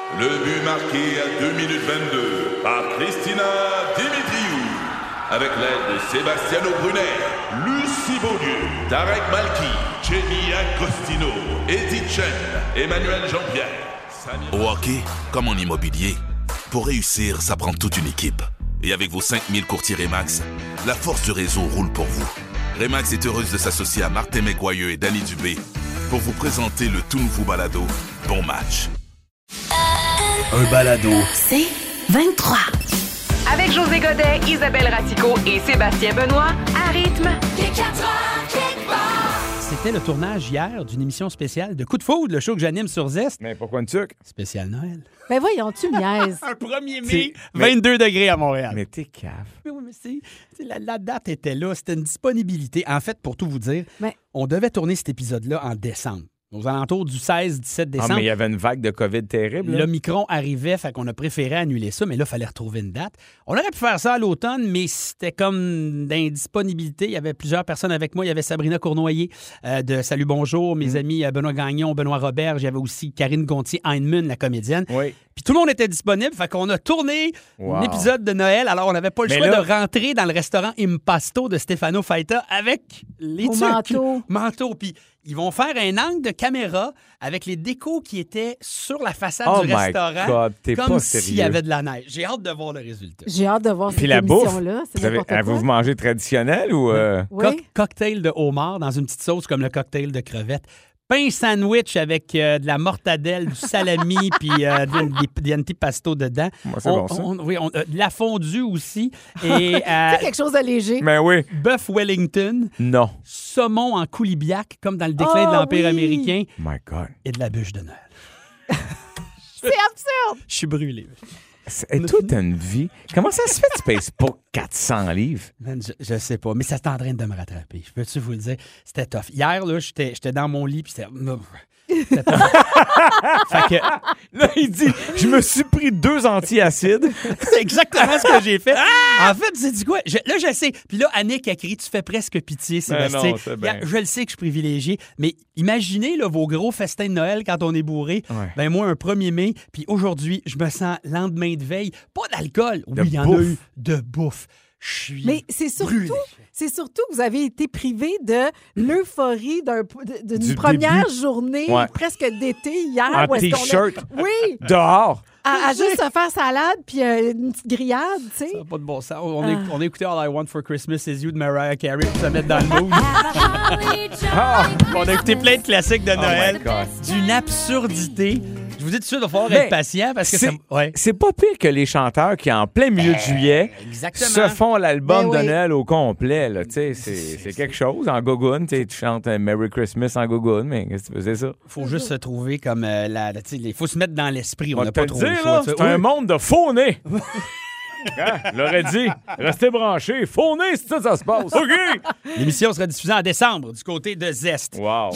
Le but marqué à 2 minutes 22 par Christina Dimitriou. Avec l'aide de Sebastiano Brunet, Lucie Beaulieu, Tarek Malki, Jenny Agostino, Eddie Chen, Emmanuel Jean-Pierre. Au hockey, comme en immobilier, pour réussir, ça prend toute une équipe. Et avec vos 5000 courtiers Remax, la force du réseau roule pour vous. Remax est heureuse de s'associer à Martin McGuire et Danny Dubé pour vous présenter le tout nouveau balado Bon Match. Un balado. C'est 23. Avec José Godet, Isabelle Ratico et Sébastien Benoît, à rythme. C'était le tournage hier d'une émission spéciale de Coup de foudre, le show que j'anime sur Zest. Mais pourquoi une sucre? Spécial Noël. Ben voyons, tu me niaises. Un 1er mai, 22 degrés à Montréal. Mais t'es cave. Oui, mais la date était là, c'était une disponibilité. En fait, pour tout vous dire, Mais- on devait tourner cet épisode-là en décembre. Aux alentours du 16-17 décembre. Ah, mais il y avait une vague de COVID terrible. là. Le Micron arrivait, fait qu'on a préféré annuler ça, mais là, il fallait retrouver une date. On aurait pu faire ça à l'automne, mais c'était comme d'indisponibilité. Il y avait plusieurs personnes avec moi. Il y avait Sabrina Cournoyer de Salut Bonjour, mes amis Benoît Gagnon, Benoît Robert. J'avais aussi Karine Gontier-Heinemann, la comédienne. Oui. Puis tout le monde était disponible, fait qu'on a tourné un épisode de Noël. Alors, on n'avait pas le Mais choix là- de rentrer dans le restaurant Impasto de Stefano Faita avec les Au tucs. manteau. Puis ils vont faire un angle de caméra avec les décos qui étaient sur la façade Oh du my restaurant. God, t'es comme pas s'il y sérieux. avait de la neige. J'ai hâte de voir le résultat. J'ai hâte de voir Puis cette la bouffe, émission-là. C'est n'importe quoi. avez-vous mangé traditionnel ou... Oui. Cocktail de homard dans une petite sauce comme le cocktail de crevettes. Pain sandwich avec de la mortadelle, du salami, puis des antipasto dedans. Moi, c'est bon, ça. De la fondue aussi. Et C'est quelque chose de léger. Mais oui. bœuf Wellington, Non. saumon en coulibiac, comme dans le déclin de l'Empire oui. américain, My God. et de la bûche de Noël. C'est absurde. Je suis brûlé. Et toi, t'as une vie. Comment ça se fait que tu pèses pas 400 livres? Man, je sais pas, mais ça est en train de me rattraper. Je peux-tu vous le dire? C'était tough. Hier, là, j'étais dans mon lit, puis c'était tough. Fait que Là, il dit, je me suis pris 2 antiacides. c'est exactement ce que j'ai fait. En fait, tu sais du quoi? Là, je sais. Puis là, Annick a crié, tu fais presque pitié, Sébastien. non, c'est bien. Hier, je le sais que je suis privilégié, mais imaginez là, vos gros festins de Noël quand on est bourré. Ouais. Ben moi, un 1er mai, puis aujourd'hui, je me sens lendemain de veille. Pas d'alcool. De Oui, il y en a bouffe. eu de bouffe. Je suis Mais c'est brûlé. surtout que vous avez été privé de l'euphorie d'une Du première début. journée Ouais. presque d'été hier. En où est-ce qu'on a- t-shirt. Oui, Dehors. à juste se faire salade puis une petite grillade, tu sais. Ça n'a pas de bon sens. On a écouté All I Want for Christmas Is You de Mariah Carey pour se mettre dans le mood. On a écouté plein de classiques de Noël. my God. D'une absurdité. Je vous dis tout de suite, il va falloir Mais être patient parce que c'est- ouais. C'est pas pire que les chanteurs qui, en plein milieu de juillet, Exactement. se font l'album Ben oui. de Noël au complet. Là. Tu sais, c'est quelque chose. En gogoune, tu sais, tu chantes Merry Christmas en gogoune, mais qu'est-ce que tu faisais ça? Il faut juste se trouver comme il faut se mettre dans l'esprit. On On n'a va te pas le trop dire, le choix. là, tu sais. c'est un Oui. monde de faux nez. Hein? Je l'aurais dit. Restez branchés. Faux nez, c'est ça se passe. OK! L'émission sera diffusée en décembre du côté de Zest. Wow.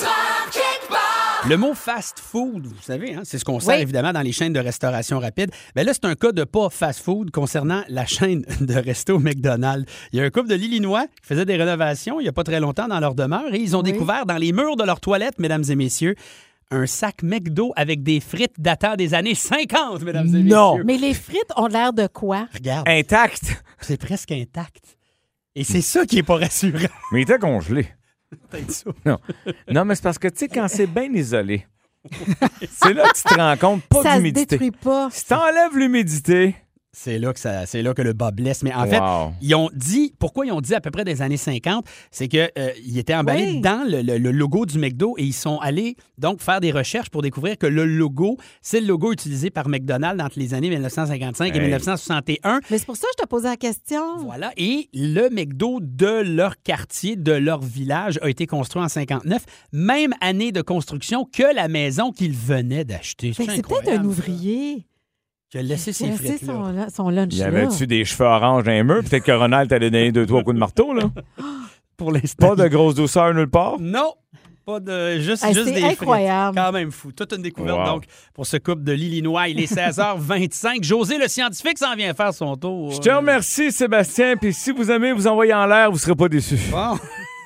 Le mot fast food, vous savez, hein, c'est ce qu'on sert Oui. évidemment dans les chaînes de restauration rapide. Mais là, c'est un cas de pas fast food concernant la chaîne de resto McDonald's. Il y a un couple de l'Illinois qui faisait des rénovations il n'y a pas très longtemps dans leur demeure et ils ont découvert dans les murs de leurs toilettes, mesdames et messieurs, un sac McDo avec des frites datant des années 50, mesdames et Non. messieurs. Mais les frites ont l'air de quoi? Regarde, Intact. c'est presque intact. Et c'est ça qui est pas rassurant. Mais il était congelé. Peut-être ça. Non, mais c'est parce que, tu sais, quand c'est bien isolé, c'est là que tu te rends compte, pas Ça se d'humidité. détruit pas. Si t'enlèves l'humidité, C'est là que le bas blesse. Mais en fait, Wow. ils ont dit, pourquoi ils ont dit à peu près des années 50, c'est qu'ils étaient emballés Oui. dans le logo du McDo et ils sont allés donc faire des recherches pour découvrir que le logo, c'est le logo utilisé par McDonald's entre les années 1955 et Hey. 1961. Mais c'est pour ça que je te posais la question. Voilà. Et le McDo de leur quartier, de leur village, a été construit en 59, même année de construction que la maison qu'ils venaient d'acheter. Fait que c'est peut-être incroyable, un ça. ouvrier Qui a laissé qui a ses laissé frites là. son lunch il y là. avait-tu des cheveux oranges dans les murs? Peut-être que Ronald t'allait donner 2-3 coups de marteau, là. Pour l'instant. Pas de grosse douceur nulle part? Non. Pas de. Juste, Hey, juste c'est des frites. incroyable. Quand même fou. Toute une découverte, Wow. donc, pour ce couple de l'Illinois. Il est 16h25. José, le scientifique, s'en vient faire son tour. Je te remercie, Sébastien. Puis si vous aimez vous envoyer en l'air, vous ne serez pas déçus. Bon.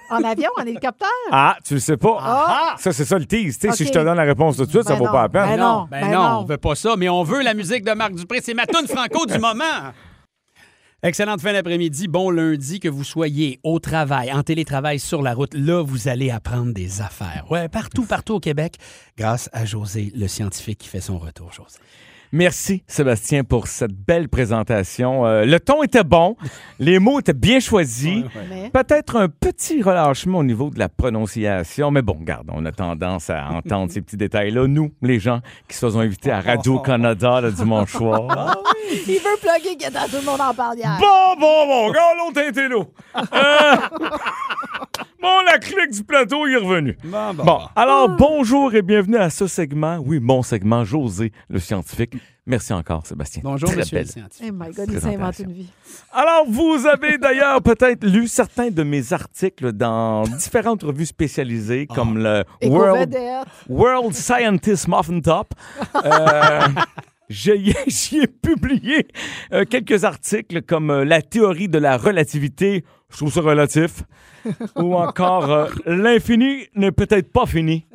En avion, en hélicoptère? Ah, tu le sais pas. Ah! Ça, c'est ça le tease. Tu sais, Si OK. je te donne la réponse tout de suite, ça Ben vaut pas la peine. non. Non, ben non, non. on veut pas ça, mais on veut la musique de Marc Dupré. C'est ma toune franco du moment. Excellente fin d'après-midi. Bon lundi, que vous soyez au travail, en télétravail, sur la route. Là, vous allez apprendre des affaires. Ouais, partout au Québec, grâce à José, le scientifique qui fait son retour, José. Merci, Sébastien, pour cette belle présentation. Le ton était bon, les mots étaient bien choisis. Mais- Peut-être un petit relâchement au niveau de la prononciation, mais bon, regarde, on a tendance à entendre ces petits détails-là. Nous, les gens qui se sont invités à Radio-Canada le dimanche soir. Il veut plugger que tout le monde en parle hier. Bon, regarde l'autre intello. Bon, la clique du plateau est revenue. Bon, alors bonjour et bienvenue à ce segment. Oui, mon segment, José, le scientifique. Merci encore, Sébastien. Bonjour, Très monsieur le belle. scientifique. Oh my God, il s'invente une vie. Alors, vous avez d'ailleurs peut-être lu certains de mes articles dans différentes revues spécialisées, comme le Éco-vedette. World Scientist Muffin Top. J'y ai publié quelques articles comme La théorie de la relativité, je trouve ça relatif, ou encore L'infini n'est peut-être pas fini.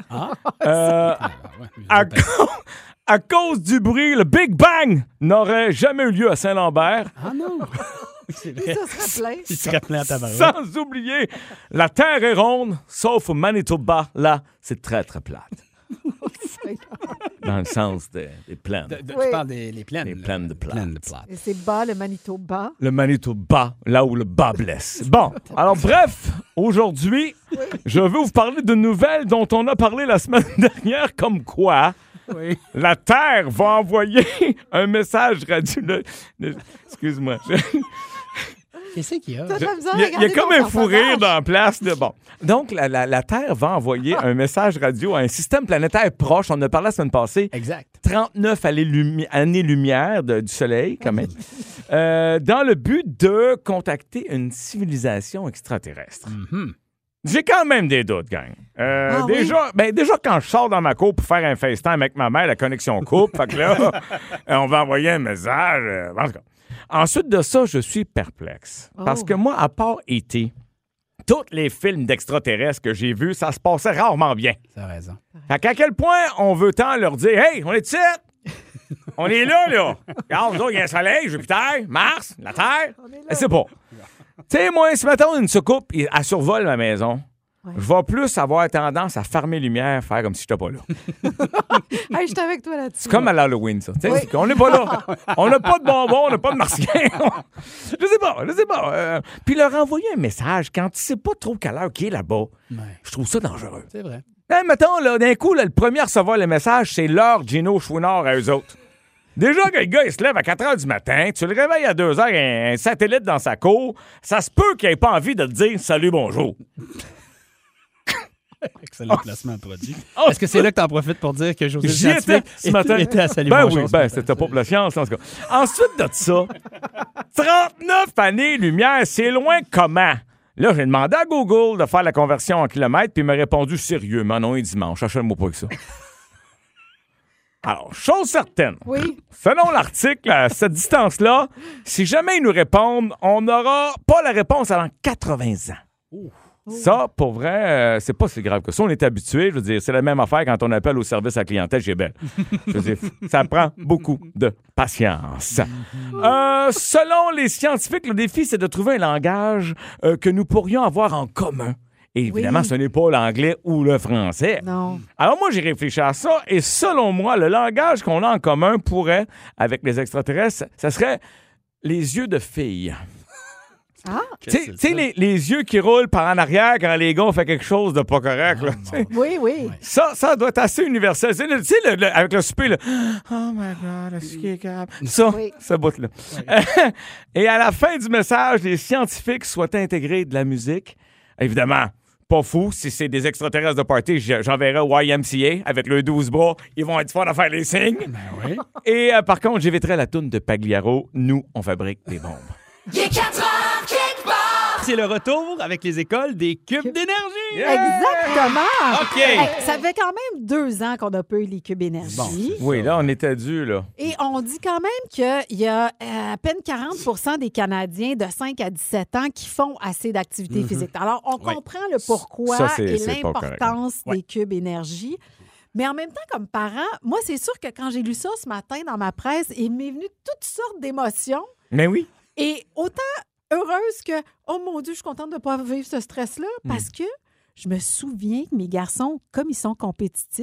À cause du bruit, le Big Bang n'aurait jamais eu lieu à Saint-Lambert. Ah non! C'est vrai. Ça serait plein. Il serait plein à tabarouette. Sans oublier, la Terre est ronde, sauf au Manitoba. Là, c'est très, très plate. Dans le sens des plaines. Oui. Tu parles des les plaines. Les plaines de plate. Plaines de plate. Et c'est bas, le Manitoba. Le Manitoba, là où le bas blesse. Bon, alors bref, aujourd'hui, je veux vous parler de nouvelles dont on a parlé la semaine dernière, comme quoi Oui. la Terre va envoyer un message radio... Excuse-moi. Qu'est-ce qu'il y a? T'as de la misère à Il y a regarder comme ton un fou rire personnage. dans la place. Bon. Donc, la Terre va envoyer un message radio à un système planétaire proche. On en a parlé la semaine passée. Exact. 39 années-lumière du Soleil, quand même. Dans le but de contacter une civilisation extraterrestre. J'ai quand même des doutes, gang. Déjà, quand je sors dans ma cour pour faire un FaceTime avec ma mère, la connexion coupe. Fait que là, on va envoyer un message. En tout cas. Ensuite de ça, je suis perplexe. Parce que moi, à part E.T., tous les films d'extraterrestres que j'ai vus, ça se passait rarement bien. T'as raison. Fait qu'à quel point on veut tant leur dire « Hey, on est ici! On est là, là! Regarde, nous autres, il y a un soleil, Jupiter, Mars, la Terre. » C'est pas. Tu sais, moi, si mettons une soucoupe, elle survole ma maison, je vais plus avoir tendance à fermer les lumières, faire comme si j'étais pas là. Hey, je suis avec toi là-dessus. C'est comme à l'Halloween, ça. Oui. On n'est pas là. On n'a pas de bonbons, on n'a pas de martiens. Je sais pas. Puis leur envoyer un message quand tu sais pas trop quelle heure qui est là-bas, je trouve ça dangereux. C'est vrai. Hey, mettons, là, d'un coup, là, le premier à recevoir le message, c'est l'heure Gino Chouinard à eux autres. Déjà que le gars, il se lève à 4 h du matin, tu le réveilles à 2 h, un satellite dans sa cour, ça se peut qu'il n'ait pas envie de te dire « Salut, bonjour ». Excellent placement de produit. Est-ce que c'est là que tu en profites pour dire que José le J'y étais scientifique ce matin. était à Salut Ben Bonjour oui, ce matin? c'était pas pour la science, en tout cas. Ensuite de ça, 39 années-lumière, c'est loin comment? Là, j'ai demandé à Google de faire la conversion en kilomètres, puis il m'a répondu sérieux, mais non, il est dimanche, achète-moi pas que ça. Alors, chose certaine, Oui. selon l'article, à cette distance-là, si jamais ils nous répondent, on n'aura pas la réponse avant 80 ans. Ça, pour vrai, c'est pas si grave que ça. On est habitué. Je veux dire, c'est la même affaire quand on appelle au service à la clientèle chez Bell. Je veux dire, ça prend beaucoup de patience. Selon les scientifiques, le défi, c'est de trouver un langage que nous pourrions avoir en commun. Et évidemment, ce n'est pas l'anglais ou le français. Non. Alors moi, j'ai réfléchi à ça et selon moi, le langage qu'on a en commun pourrait, avec les extraterrestres, ça serait les yeux de filles. Ah, Tu sais, les yeux qui roulent par en arrière quand les gars ont fait quelque chose de pas correct. Là, oui, oui. ça doit être assez universel. Tu sais, avec le souper, là, oh my God, est-ce qu'il est capable? Ça bout-là. Et à la fin du message, les scientifiques souhaitaient intégrer de la musique. Évidemment, pas fou. Si c'est des extraterrestres de party, j'enverrai au YMCA avec le 12 bras. Ils vont être forts à faire les signes. Ben oui. Et par contre, j'éviterai la toune de Pagliaro. Nous, on fabrique des bombes. C'est le retour avec les écoles des cubes d'énergie. Exactement. OK. Hey, ça fait quand même 2 ans qu'on n'a pas eu les cubes énergie. Bon. Oui, là, on était dû, là. Et on dit quand même qu'il y a à peine 40 des Canadiens de 5 à 17 ans qui font assez d'activité physique. Alors, on comprend le pourquoi Ça, c'est et pas correct. l'importance des cubes énergie. Mais en même temps, comme parent, moi, c'est sûr que quand j'ai lu ça ce matin dans ma presse, il m'est venu toutes sortes d'émotions. Mais oui. Et autant heureuse que, oh mon Dieu, je suis contente de ne pas vivre ce stress-là, parce que je me souviens que mes garçons, comme ils sont compétitifs,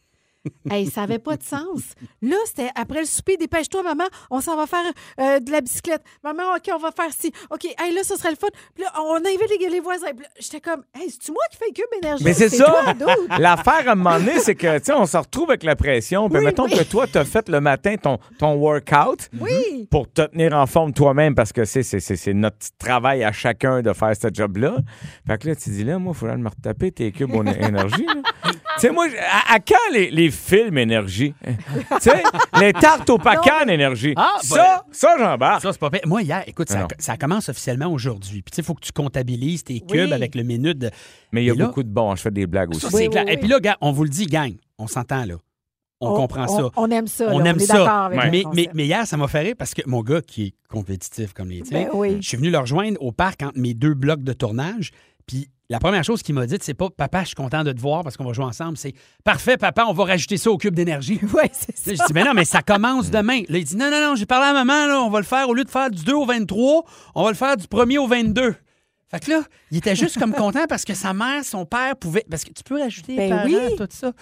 hey, ça n'avait pas de sens. Là, c'était après le souper, dépêche-toi, maman, on s'en va faire de la bicyclette. Maman, OK, on va faire ci. OK, hey, là, ce serait le fun. Puis là, on invite les voisins. Puis là, j'étais comme, hey, c'est-tu moi qui fais le cube énergie? Mais c'est ça. Toi, dude. L'affaire à un moment donné, c'est que, tu sais, on se retrouve avec la pression. Puis mettons que toi, tu as fait le matin ton workout Oui. pour te tenir en forme toi-même parce que c'est notre travail à chacun de faire ce job-là. Fait que là, tu dis, là, moi, il faudrait me retaper tes cubes énergie. Tu sais, moi, à quand les films énergie? Tu sais, les tartes au pacan énergie. Ah, Ça, j'embarque. Ça, c'est pas pire. Moi, hier, écoute, ça commence officiellement aujourd'hui. Puis, tu sais, il faut que tu comptabilises tes cubes avec le minute de. Mais il y a Et là, beaucoup de bons. Je fais des blagues aussi. Ça, c'est clair. Et puis là, gars, on vous le dit, gang, on s'entend, là. On comprend ça. On aime ça. On là, aime est ça. d'accord avec le concept. Mais hier, ça m'a fait rire parce que mon gars, qui est compétitif comme les tiens, Ben oui. je suis venu le rejoindre au parc entre mes 2 blocs de tournage. Puis la première chose qu'il m'a dit, c'est pas « Papa, je suis content de te voir parce qu'on va jouer ensemble », c'est « Parfait, papa, on va rajouter ça au cube d'énergie. » Oui, c'est ça. Là, je dis « Mais non, mais ça commence demain. » Là, il dit « Non, j'ai parlé à maman, là, on va le faire, au lieu de faire du 2 au 23, on va le faire du 1er au 22. » Fait que là, il était juste comme content parce que sa mère, son père pouvaient... Parce que tu peux rajouter Ben parents, oui. tout ça.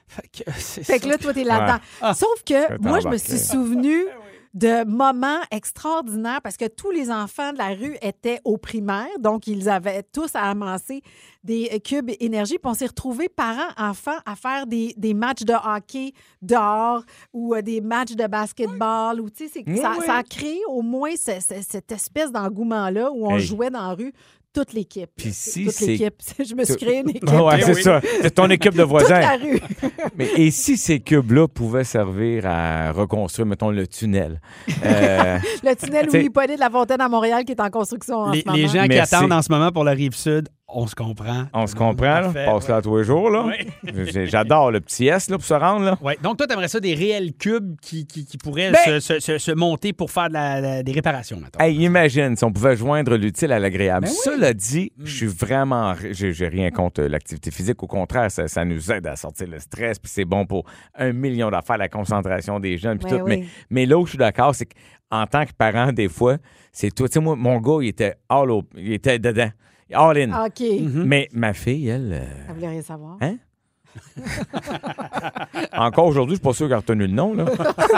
Fait Fait que là, toi, t'es là-dedans. Ouais. Ah. Sauf que vais moi, je me t'embarquer. suis souvenu de moments extraordinaires parce que tous les enfants de la rue étaient au primaire, donc ils avaient tous à amasser des cubes énergie. Puis on s'est retrouvés, parents, enfants, à faire des matchs de hockey dehors ou des matchs de basketball. Ou, tu sais, ça a créé au moins cette espèce d'engouement-là où on jouait dans la rue. Toute l'équipe. Puis si Toute c'est- l'équipe. Je me suis créé une équipe. Ouais, c'est ça. C'est ton équipe de Toute voisins. la rue. Mais et si ces cubes-là pouvaient servir à reconstruire, mettons, le tunnel? Le tunnel T'sais- Louis-Paulet de la Fontaine à Montréal qui est en construction en ce moment. Les gens qui Merci. attendent en ce moment pour la Rive-Sud, on se comprend. On se comprend, là? Parfait, Passe là tous les jours, là. J'adore le petit S, là, pour se rendre, là. Ouais. Donc, toi, t'aimerais ça des réels cubes qui pourraient Ben- se monter pour faire des réparations, maintenant. Hey, imagine si on pouvait joindre l'utile à l'agréable. Ben oui. Cela dit, je suis vraiment... J'ai rien contre l'activité physique. Au contraire, ça nous aide à sortir le stress, puis c'est bon pour 1 million d'affaires, la concentration des jeunes, puis Ouais, tout. oui. Mais là où je suis d'accord, c'est qu'en tant que parent, des fois, c'est tout. Tu sais, moi, mon gars, il était dedans. All in. OK. Mais ma fille, elle... Elle voulait rien savoir. Hein? Encore aujourd'hui, je suis pas sûr qu'elle a retenu le nom, là.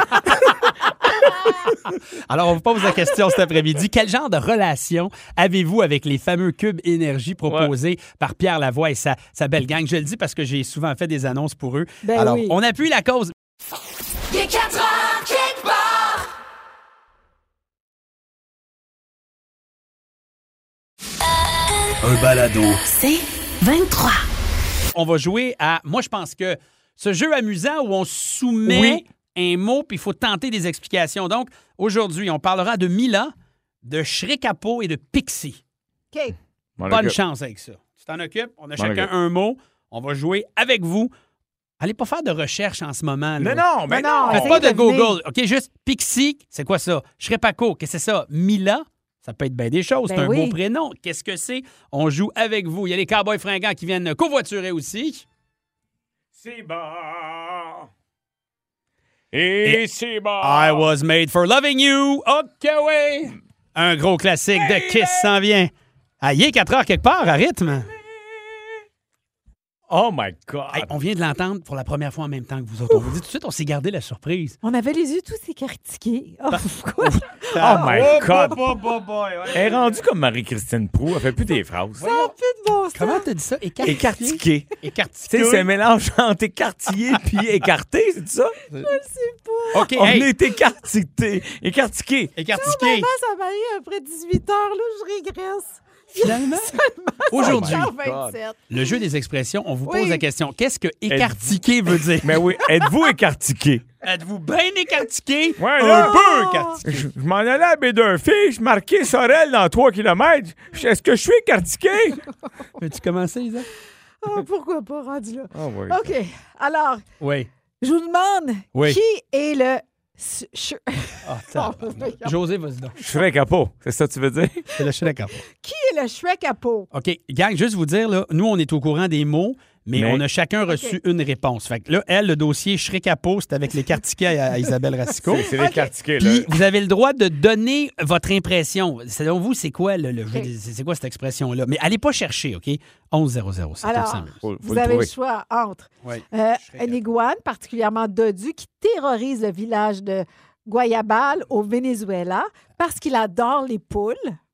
Alors, on vous pose la question cet après-midi. Quel genre de relation avez-vous avec les fameux cubes énergie proposés par Pierre Lavoie et sa belle gang? Je le dis parce que j'ai souvent fait des annonces pour eux. Ben Alors, oui. on appuie la cause. Il est 4 heures, quelque part. Un balado. C'est 23. On va jouer à... Moi, je pense que ce jeu amusant où on soumet un mot puis il faut tenter des explications. Donc, aujourd'hui, on parlera de Mila, de Shrekappo et de Pixie. OK. Bonne chance avec ça. Tu t'en occupes? On a chacun occupe. un mot. On va jouer avec vous. Allez pas faire de recherche en ce moment. là. Mais non, Faites Essayez pas de de deviner. Google. OK, juste Pixie, c'est quoi ça? Shrekappo, qu'est-ce que c'est ça? Mila, ça peut être bien des choses. Ben c'est un oui. beau prénom. Qu'est-ce que c'est? On joue avec vous. Il y a les cowboys fringants qui viennent covoiturer aussi. C'est bon. Et c'est bon. I was made for loving you. OK, ouais. Un gros classique de Kiss s'en vient. Ah, il est 4 heures quelque part à rythme. Oh my God. Hey, on vient de l'entendre pour la première fois en même temps que vous autres. On vous dit tout de suite, on s'est gardé la surprise. On avait les yeux tous écartiqués. Oh, quoi? Oh my God. Elle est rendue comme Marie-Christine Proulx. Elle fait plus des phrases. Ça n'a plus de bon sens. Comment t'as dit ça? Écartiqué. Tu Écartiqué. sais, c'est un mélange entre écartillé puis écarté, c'est ça? OK, On hey, est écartité. Écartiqué. écartiqué. Maman, ça m'arrive après 18 heures, là, je régresse. Finalement, aujourd'hui, Oh my God. 27. le jeu des expressions, on vous pose Oui. la question. Qu'est-ce que écartiqué veut dire? Mais oui, êtes-vous écartiqué? Êtes-vous bien écartiqué? Ouais, un là. peu écartiqué. Je m'en allais à Baie-d'un-Fille, je marquais Sorel dans 3 km. Est-ce que je suis écartiqué? Veux-tu commencer, Isa? Pourquoi pas rendu là? Ah oui. OK. Alors, Oui. je vous demande Oui. qui est le... José, vas-y donc. Shrek à peau, c'est ça que tu veux dire? C'est le Shrek à peau. Qui est le Shrek à peau? OK. Gang, juste vous dire, là, nous, on est au courant des mots, mais on a chacun reçu une réponse. Fait que là, elle, le dossier Shrek à peau, c'est avec les cartes tickets à Isabelle Racicot. C'est les cartes tickets, là. Puis vous avez le droit de donner votre impression. Selon vous, c'est quoi c'est quoi cette expression-là? Mais allez pas chercher, OK? 11-00. C'est Alors, tout simple. vous avez le choix entre Oui. une iguane particulièrement dodue qui terrorise le village de Guayabal au Venezuela parce qu'il adore les poules.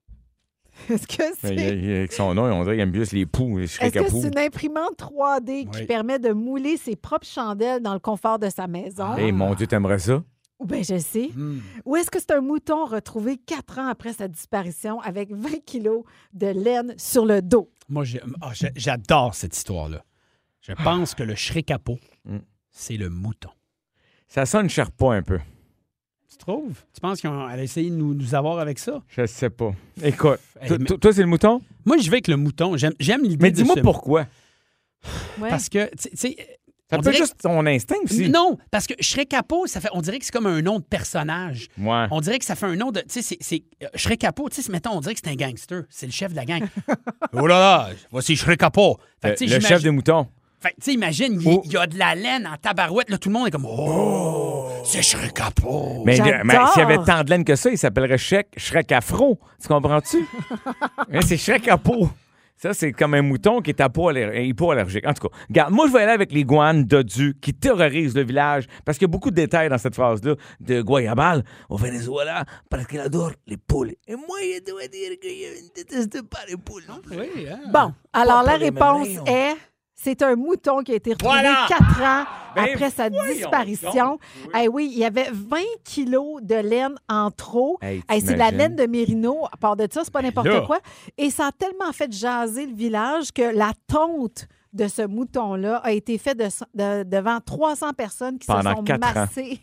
Est-ce que c'est... Avec son nom, on dirait qu'il aime plus les poux, les Shrek Est-ce à que poux. c'est une imprimante 3D qui permet de mouler ses propres chandelles dans le confort de sa maison? Hey, mon Dieu, t'aimerais ça? Ou bien, je sais. Ou est-ce que c'est un mouton retrouvé 4 ans après sa disparition avec 20 kilos de laine sur le dos? Moi, j'adore cette histoire-là. Je pense que le Shrek à peau, c'est le mouton. Ça sonne Sherpa un peu. Tu trouves? Tu penses qu'elle a essayé de nous avoir avec ça? Je sais pas. Écoute, Hey, toi, c'est le mouton? Moi, je vais avec le mouton. J'aime l'idée Mais de dis-moi ce- pourquoi. Ouais. Parce que, tu sais... Ça on peut dirait juste ton instinct aussi. Non, parce que Shrek à peau, on dirait que c'est comme un nom de personnage. Ouais. On dirait que ça fait un nom de... Tu sais, c'est Shrek à peau, tu sais, mettons, on dirait que c'est un gangster. C'est le chef de la gang. Oh là là, voici Shrek à peau. Fait que, tu sais, Le chef des moutons. Fait que, tu sais, imagine, il y a de la laine en tabarouette. Là, tout le monde est comme, oh, c'est Shrek à peau. Mais J'adore. s'il y avait tant de laine que ça, il s'appellerait Shrek Afro. Tu comprends-tu? Mais c'est Shrek à peau. Ça, c'est comme un mouton qui est à peau hypoallergique. En tout cas, regarde, moi, je vais aller avec l'iguane dodue qui terrorise le village parce qu'il y a beaucoup de détails dans cette phrase-là de Guayabal au Venezuela parce qu'il adore les poules. Et moi, je dois dire que je ne déteste pas les poules. Non? Oui, hein? Bon, alors la pour les réponse mêmes est... C'est un mouton qui a été retrouvé Voilà! 4 ans Ben, après sa voyons disparition. donc. Eh oui, il y avait 20 kilos de laine en trop. Hey, C'est de la t'imagines? laine de mérino. À part de ça, c'est pas n'importe là. quoi. Et ça a tellement fait jaser le village que la tonte de ce mouton-là a été faite devant 300 personnes qui Pendant se sont 4 ans. massées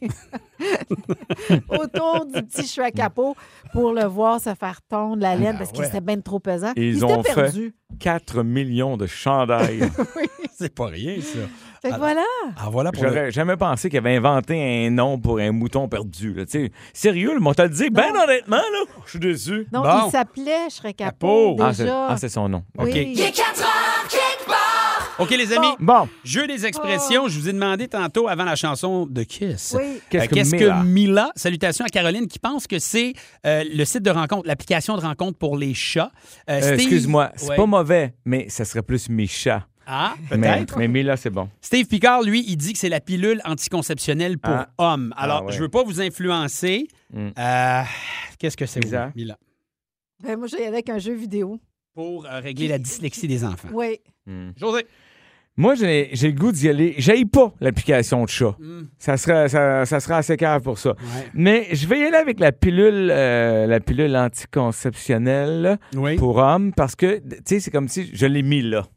autour du petit Shrek à peau pour le voir se faire tondre la laine parce qu'il était bien trop pesant. Et ils il ont était perdu. 4 millions de chandails. C'est pas rien, ça. Fait que voilà. Ah, voilà pour le... J'aurais jamais pensé qu'il avait inventé un nom pour un mouton perdu. Là. Tu sais, sérieux, on t'a le dit, ben honnêtement, là, je suis déçu. Non, Bon. il s'appelait Shrek à peau. peau, Ah, déjà. c'est son nom. Oui. OK. Il est 4 heures, quelque part. OK, les amis, Bon, jeu des expressions. Je vous ai demandé tantôt, avant la chanson de Kiss. Oui. qu'est-ce que Mila? Salutations à Caroline qui pense que c'est le site de rencontre, l'application de rencontre pour les chats. Steve- excuse-moi, c'est Ouais. pas mauvais, mais ça serait plus Micha. Ah, Mais, peut-être. mais Mila, c'est bon. Steve Picard, lui, il dit que c'est la pilule anticonceptionnelle pour Ah. hommes. Alors, Ah ouais. je veux pas vous influencer. Mm. Qu'est-ce que c'est, Exact. vous, Mila? Ben, moi, j'ai avec un jeu vidéo. Pour régler la dyslexie des enfants. Oui. José. Moi, j'ai le goût d'y aller. J'haïs pas l'application de chat. Ça sera assez cave pour ça. Ouais. Mais je vais y aller avec la pilule anticonceptionnelle Oui. pour hommes parce que, tu sais, c'est comme si je l'ai mis là.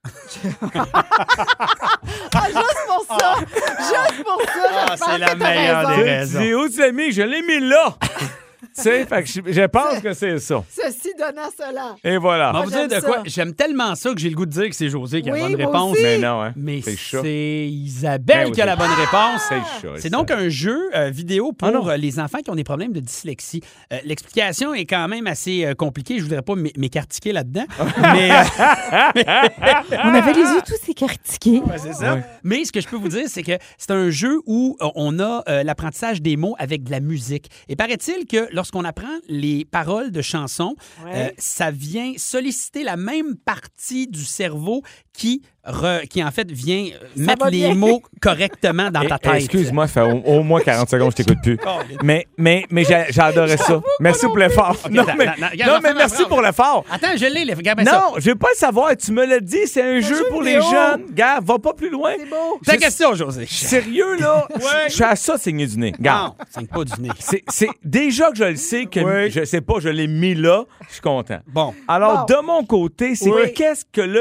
Ah, juste pour ça! Juste pour ça! Ah, je pense c'est la que t'as meilleure raison. des raisons. Tu dis, où tu l'as mis? Je l'ai mis là! Tu sais, fait que je pense que c'est ça. Ceci donnant cela. Et voilà. On va vous dire j'aime de quoi. ça. J'aime tellement ça que j'ai le goût de dire que c'est José qui a Oui, la bonne moi réponse. aussi. Mais non, hein. Mais C'est le chat. c'est Isabelle Ben oui, qui a la bonne réponse. C'est le chat. C'est donc un jeu vidéo pour Ah non. les enfants qui ont des problèmes de dyslexie. L'explication est quand même assez compliquée. Je voudrais pas m'écartiquer là-dedans. Mais On avait les yeux tous écartiqués. c'est ça. Ouais. Mais ce que je peux vous dire, c'est que c'est un jeu où on a l'apprentissage des mots avec de la musique. Et paraît-il que lorsqu'on apprend les paroles de chansons, Ouais. ça vient solliciter la même partie du cerveau qui en fait vient mettre va les bien. mots correctement dans ta tête. Excuse-moi, ça fait au moins 40 secondes que je t'écoute plus. Oh, Mais j'ai adoré ça. Merci pour l'effort. Ok, Non, attends, mais, attends, regarde, non, j'en mais fais ma merci phrase. pour l'effort. Attends, je l'ai, regarde ça. Non, je veux pas le savoir. Tu me l'as dit, c'est un jeu pour les vidéo. jeunes. Gars, va pas plus loin. C'est beau. Ta question, José. Sérieux, là? Je suis à ça saigner du nez. Regarde. Non, c'est pas du nez. C'est déjà que je le sais, que Oui. je sais pas, je l'ai mis là, je suis content. Bon. Alors, Bon. de mon côté, c'est Oui. qu'est-ce que le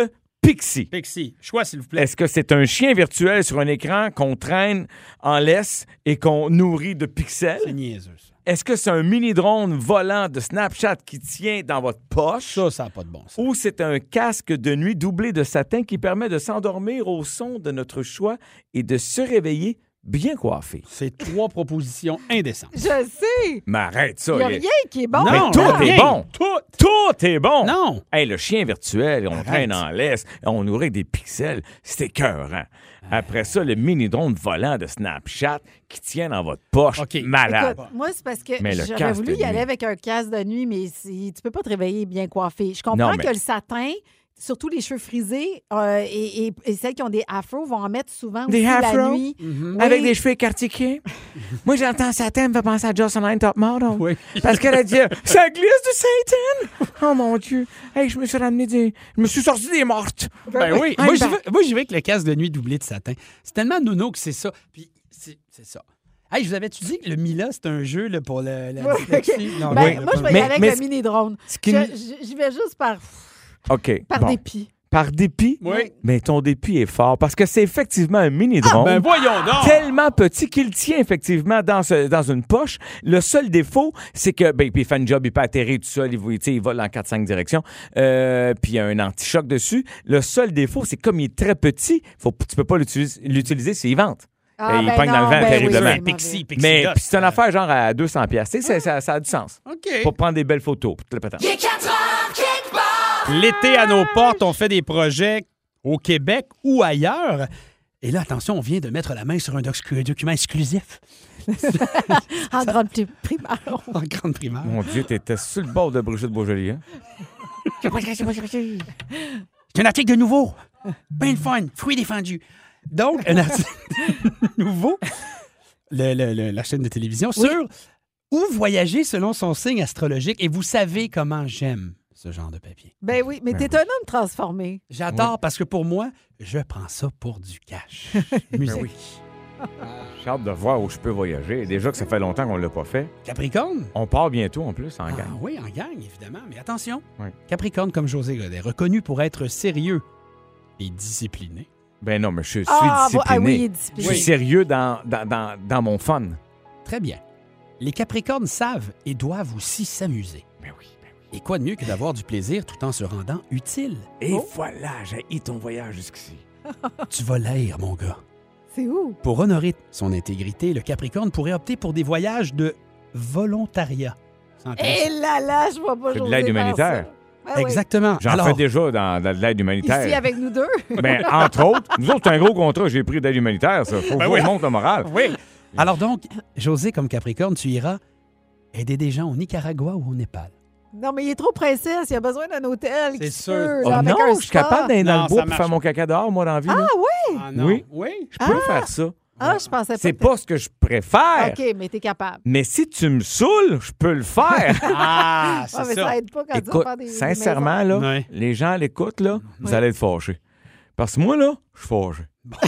Pixie. Pixie, choix, s'il vous plaît. Est-ce que c'est un chien virtuel sur un écran qu'on traîne en laisse et qu'on nourrit de pixels? C'est niaiseux, ça. Est-ce que c'est un mini-drone volant de Snapchat qui tient dans votre poche? Ça n'a pas de bon sens. Ou c'est un casque de nuit doublé de satin qui permet de s'endormir au son de notre choix et de se réveiller bien coiffé? C'est 3 propositions indécentes. Je sais. Mais arrête ça. Il n'y a rien qui est bon. Non, Mais tout rien. est bon. Tout est bon. Non. Hey, le chien virtuel, on Arrête. traîne en laisse, on nourrit avec des pixels, c'est écœurant. Après ça, le mini-drone volant de Snapchat qui tient dans votre poche. OK. Malade. Écoute, moi, c'est parce que Mais le j'aurais casque voulu de y aller nuit. avec un casque de nuit, mais tu peux pas te réveiller bien coiffé. Je comprends Non, mais- que le satin, surtout les cheveux frisés et celles qui ont des afros vont en mettre souvent Des aussi la afros? nuit. Mm-hmm. Oui. Avec des cheveux écartiqués. Moi, j'entends Satan me fait penser à Jocelyn Top Model. Oui. Parce qu'elle a dit ça glisse du Satan. Oh mon Dieu. Hey, je me suis ramené Je me suis sorti des mortes. Ben oui. I'm Moi, back. j'y vais avec le casque de nuit doublé de satin. C'est tellement nono que c'est ça. Puis, c'est ça. Hey, je vous avais-tu dit que le Mila, c'est un jeu là, pour la dyslexie? Non, Ben, non, moi, je vais y Mais- aller mais avec le mini-drone. Ce qui J'y vais juste par OK. bon. dépit. Par dépit? Oui. Mais ton dépit est fort parce que c'est effectivement un mini-drone. Ben voyons donc! Tellement petit qu'il tient effectivement dans une poche. Le seul défaut, c'est que puis il fait un job, il peut atterrir tout seul, il vole en 4-5 directions, puis il y a un anti-choc dessus. Le seul défaut, c'est comme il est très petit, tu peux pas l'utiliser s'il vente. Ah, il ben pogne dans le non, vent ben terriblement. oui, c'est Pixie, Pixie Mais Dust. puis c'est une affaire genre à 200$. Tu sais, ça a du sens. OK. Pour prendre des belles photos. Toute la patente. Il est 4 heures, quelque part. L'été à nos portes, on fait des projets au Québec ou ailleurs. Et là, attention, on vient de mettre la main sur un document exclusif En grande primaire. en grande primaire. Mon Dieu, t'étais sur le bord de Brigitte Beaujolais. Hein? C'est un article de nouveau. Ben de fun. Fruits défendus. Donc, un article nouveau. La chaîne de télévision sur où voyager selon son signe astrologique. Et vous savez comment j'aime ce genre de papier. Ben oui, mais t'es un homme transformé. J'adore parce que pour moi, je prends ça pour du cash. Musique. J'ai hâte de voir où je peux voyager. Déjà que ça fait longtemps qu'on l'a pas fait. Capricorne. On part bientôt en plus en Ah, gang. oui, en gang, évidemment. Mais attention, Oui. Capricorne comme José Godet, reconnu pour être sérieux et discipliné. Ben non, mais je suis Ah, discipliné. oui, il est Je discipliné. suis sérieux dans mon fun. Très bien. Les Capricornes savent et doivent aussi s'amuser. Ben oui. Et quoi de mieux que d'avoir du plaisir tout en se rendant utile? Et voilà, j'ai eu ton voyage jusqu'ici. Tu vas l'haïr, mon gars. C'est où? Pour honorer son intégrité, le Capricorne pourrait opter pour des voyages de volontariat. Sans Eh là, je vois pas C'est de José l'aide faire humanitaire. ça. Ben oui. Exactement. J'en Alors, fais déjà dans de l'aide humanitaire. Ici, avec nous deux. Ben, entre autres, nous autres, c'est un gros contrat, j'ai pris d'aide humanitaire, ça. Faut que je vous remonte le moral. oui. Alors donc, José, comme Capricorne, tu iras aider des gens au Nicaragua ou au Népal. Non, mais il est trop princesse. Il a besoin d'un hôtel. C'est qui sûr. peut, Oh là, avec non, un je suis spa. capable d'aller dans Non, le bois ça pour marche faire mon caca dehors, moi, dans la vie. là. Ah non. Oui. Oui. Je peux faire ça. Ah, je pensais pas. C'est que pas ce que je préfère. OK, mais t'es capable. Mais si tu me saoules, je peux le faire. Ah, c'est Ouais, mais ça. ça aide pas quand tu vas Écoute, faire des sincèrement, maisons. là, Ouais. les gens à l'écoute, là, vous allez être fâchés. Parce que moi, là, je suis fâché.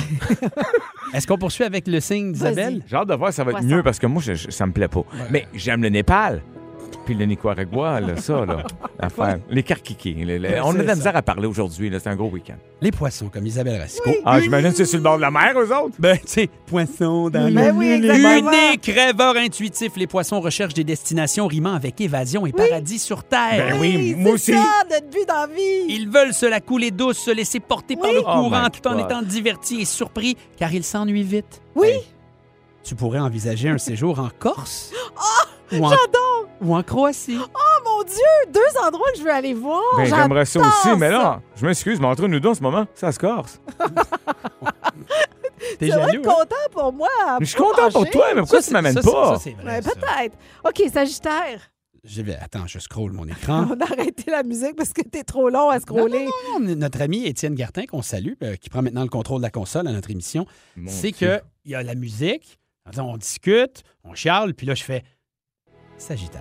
Est-ce qu'on poursuit avec le signe d'Isabelle? J'ai hâte de voir si ça va être Poisson. mieux parce que moi, ça me plaît pas. Mais j'aime le Népal. Puis le Nicaragua, là, ça, là, l'affaire. Les carquiquis. On a de la misère à parler aujourd'hui, là, c'est un gros week-end. Les poissons, comme Isabelle Racicot. Ah, j'imagine que c'est sur le bord de la mer, eux autres. Ben, tu sais, poissons dans Ben le... oui, exactement. Unique rêveur intuitif, les poissons recherchent des destinations rimant avec évasion et paradis sur Terre. Ben oui, c'est moi aussi. ça, notre but dans la vie. Ils veulent se la couler douce, se laisser porter par le Oh courant my tout en God. étant divertis et surpris, car ils s'ennuient vite. Oui. Hey, tu pourrais envisager un séjour en Corse? J'adore. Ou en Croatie? Oh mon Dieu, 2 endroits que je veux aller voir. Ben, j'aimerais ça J'adore aussi, mais ça. là, je m'excuse, mais entre nous deux en ce moment, ça se corse. T'es Tu devrais jaloux, être hein? content pour moi. Je suis content pour toi, mais pourquoi tu m'amènes Ça, pas? c'est vrai. Ouais, ça. peut-être. OK, Sagittaire. Attends, je scrolle mon écran. On a arrêté la musique parce que t'es trop long à scroller. Non, notre ami Étienne Gartin, qu'on salue, qui prend maintenant le contrôle de la console à notre émission, Mon c'est Dieu. qu'il y a la musique, on discute, on chiale, puis là, je fais Sagittaire.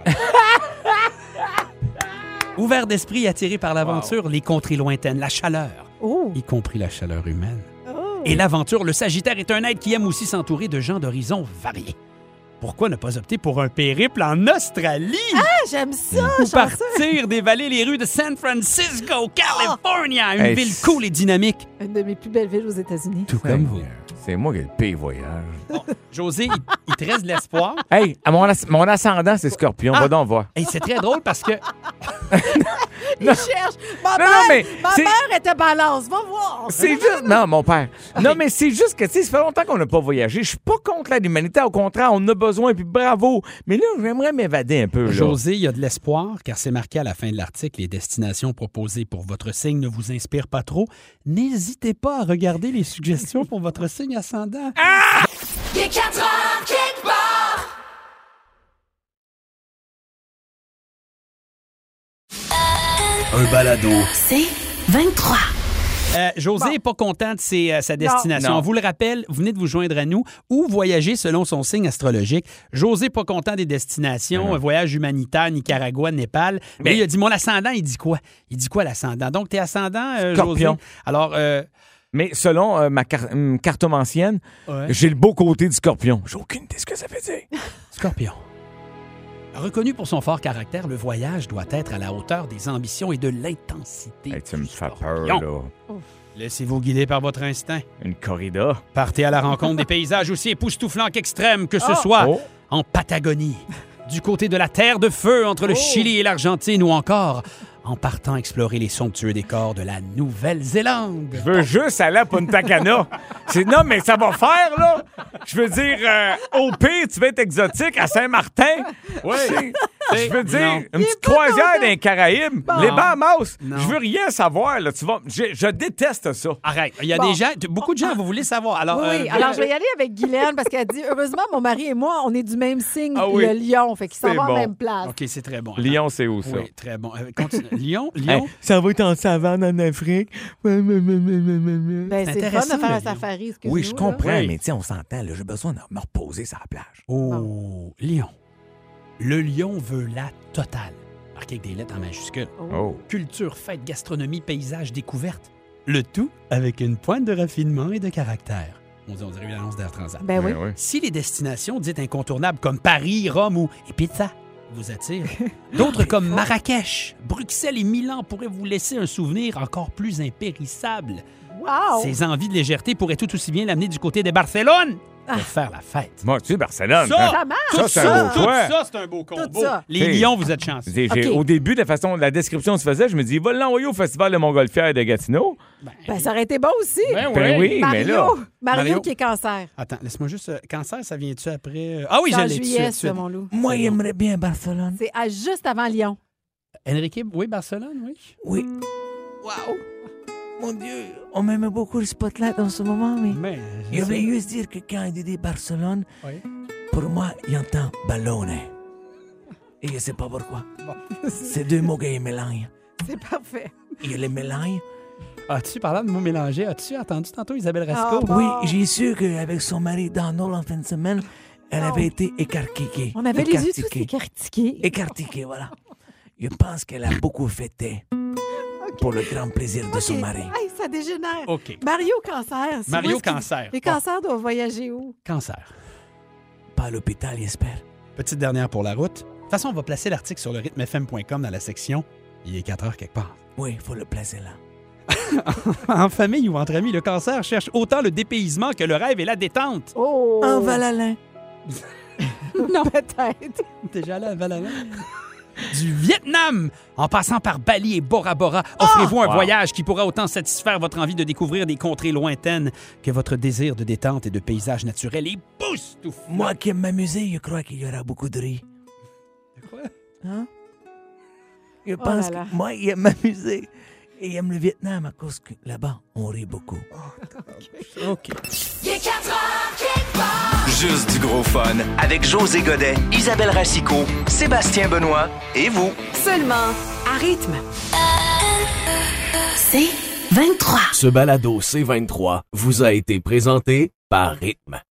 Ouvert d'esprit et attiré par l'aventure, les contrées lointaines, la chaleur, Oh. y compris la chaleur humaine. Oh. Et l'aventure, le Sagittaire est un être qui aime aussi s'entourer de gens d'horizons variés. pourquoi ne pas opter pour un périple en Australie? Ah, j'aime ça! Ou chanceux. partir dévaler les rues de San Francisco, California, une Hey, ville cool et dynamique. Une de mes plus belles villes aux États-Unis. Tout comme vous. C'est moi qui ai le pire voyage. Bon, José, il te reste de l'espoir. Hey, mon ascendant, c'est Scorpion. Va donc voir. Et c'est très drôle parce que Il cherche. Ma Non, mère, non, mais ma c'est- mère était balance. Va voir. C'est juste. Non, mon père. Non, mais c'est juste que, tu sais, ça fait longtemps qu'on n'a pas voyagé. Je suis pas contre l'aide humanitaire. Au contraire, on en a besoin, puis bravo. Mais là, j'aimerais m'évader un peu. Là. José, il y a de l'espoir car c'est marqué à la fin de l'article. Les destinations proposées pour votre signe ne vous inspirent pas trop. N'hésitez pas à regarder les suggestions pour votre signe ascendant. Il est 4 heures quelque part. Un balado. C'est 23. José n'est pas content de sa destination. Non. On vous le rappelle, vous venez de vous joindre à nous ou voyager selon son signe astrologique. José n'est pas content des destinations, un voyage humanitaire, Nicaragua, Népal. Mais il a dit, mon ascendant, il dit quoi? Il dit quoi, l'ascendant? Donc, t'es ascendant, Scorpion. José? Alors, Mais selon ma cartomancienne, ouais. j'ai le beau côté du Scorpion. J'ai aucune idée de ce que ça veut dire. Scorpion. Reconnu pour son fort caractère, le voyage doit être à la hauteur des ambitions et de l'intensité. Hey, tu me du fais Scorpion. peur, là. Laissez-vous guider par votre instinct. Une corrida. Partez à la rencontre des paysages aussi époustouflants qu'extrêmes que ce soit Oh. en Patagonie, du côté de la Terre de Feu entre le Chili et l'Argentine ou encore en partant explorer les somptueux décors de la Nouvelle-Zélande. Je veux juste aller à Punta Cana. Non, mais ça va faire, là. Je veux dire, au pire, tu vas être exotique à Saint-Martin. Oui. Je veux dire, Non. une petite croisière dans les Caraïbes, les Bahamas. Non. Je veux rien savoir, là. Tu vas... je déteste ça. Arrête, il y a Bon. des gens, beaucoup de gens, vous voulez savoir. Alors, Oui, alors je vais y aller avec Guylaine parce qu'elle dit heureusement, mon mari et moi, on est du même signe, Ah oui. le lion. Fait qu'ils s'en C'est vont bon. à la même place. OK, c'est très bon. Lyon, c'est où, ça? Oui, très bon. Continue. Lyon? Hey, ça va être en savane en Afrique. Ben, C'est c'est le fun intéressant, de faire un le lion. safari, excusez-nous. Oui, je là. comprends, Oui. mais tu sais, on s'entend, là. J'ai besoin de me reposer sur la plage. Oh, Lyon. Le lion veut la totale. Marqué avec des lettres en majuscules. Oh. Culture, fête, gastronomie, paysage, découverte. Le tout avec une pointe de raffinement et de caractère. On dirait une annonce d'Air Transat. Ben oui. Si les destinations dites incontournables comme Paris, Rome ou Ibiza vous attirent, d'autres comme Marrakech, Bruxelles et Milan pourraient vous laisser un souvenir encore plus impérissable. Wow! Ces envies de légèreté pourraient tout aussi bien l'amener du côté de Barcelone pour faire la fête. Moi, tu sais, Barcelone. Ça, Ça marche! Ça, c'est un beau Tout choix. ça, c'est un beau combo. ça. Les Hey. lions, vous êtes chanceux. OK. Au début, de la description se faisait, je me dis, il va l'envoyer au Festival de Montgolfière de Gatineau. Ben, ça aurait été bon aussi. Ben oui, mais là. Mario qui est cancer. Attends, laisse-moi juste... cancer, ça vient-tu après... Ah oui, C'est je en l'ai tout de juillet, suite, ça, mon loup. Moi, C'est bon. j'aimerais bien Barcelone. C'est juste avant Lyon. Enrique, oui, Barcelone, oui. Oui. Wow. Mon Dieu, on m'aime beaucoup le spotlight en ce moment, mais Mais... je voulais juste dire que quand il dit Barcelone, Oui. pour moi, il entend ballone. Et je sais pas pourquoi. C'est deux mots qu'il mélange. C'est parfait. Il les mélange. As-tu, parlant de mots mélangés, as-tu entendu tantôt Isabelle Rasco? Ah, bon. Oui, j'ai su qu'avec son mari Donald en fin de semaine, elle avait été écartiquée. On avait les yeux tous écartiqués. Écartiquée, voilà. Je pense qu'elle a beaucoup fêté pour le grand plaisir de son OK. mari. Hey, ça dégénère. OK. Mario cancer. C'est Mario où est-ce qu'il- cancer. Les cancers doivent voyager où? Cancer. Pas à l'hôpital, j'espère. Petite dernière pour la route. De toute façon, on va placer l'article sur le rythmefm.com dans la section « Il est 4 heures quelque part ». Oui, il faut le placer là. En famille ou entre amis, le cancer cherche autant le dépaysement que le rêve et la détente. Oh! En Val-Alain. Non, peut-être. Déjà là, Valala. Du Vietnam, en passant par Bali et Bora Bora, offrez-vous un voyage qui pourra autant satisfaire votre envie de découvrir des contrées lointaines que votre désir de détente et de paysages naturels époustouflants. Moi qui aime m'amuser, je crois qu'il y aura beaucoup de riz. Quoi? Hein? Je Oh pense là là. que moi, il aime m'amuser. Et il aime le Vietnam à cause que là-bas, on rit beaucoup. OK. Il est 4 heures quelque part. Juste du gros fun avec José Godet, Isabelle Racicot, Sébastien Benoît et vous. Seulement à rythme. C'est 23. Ce balado C23 vous a été présenté par Rythme.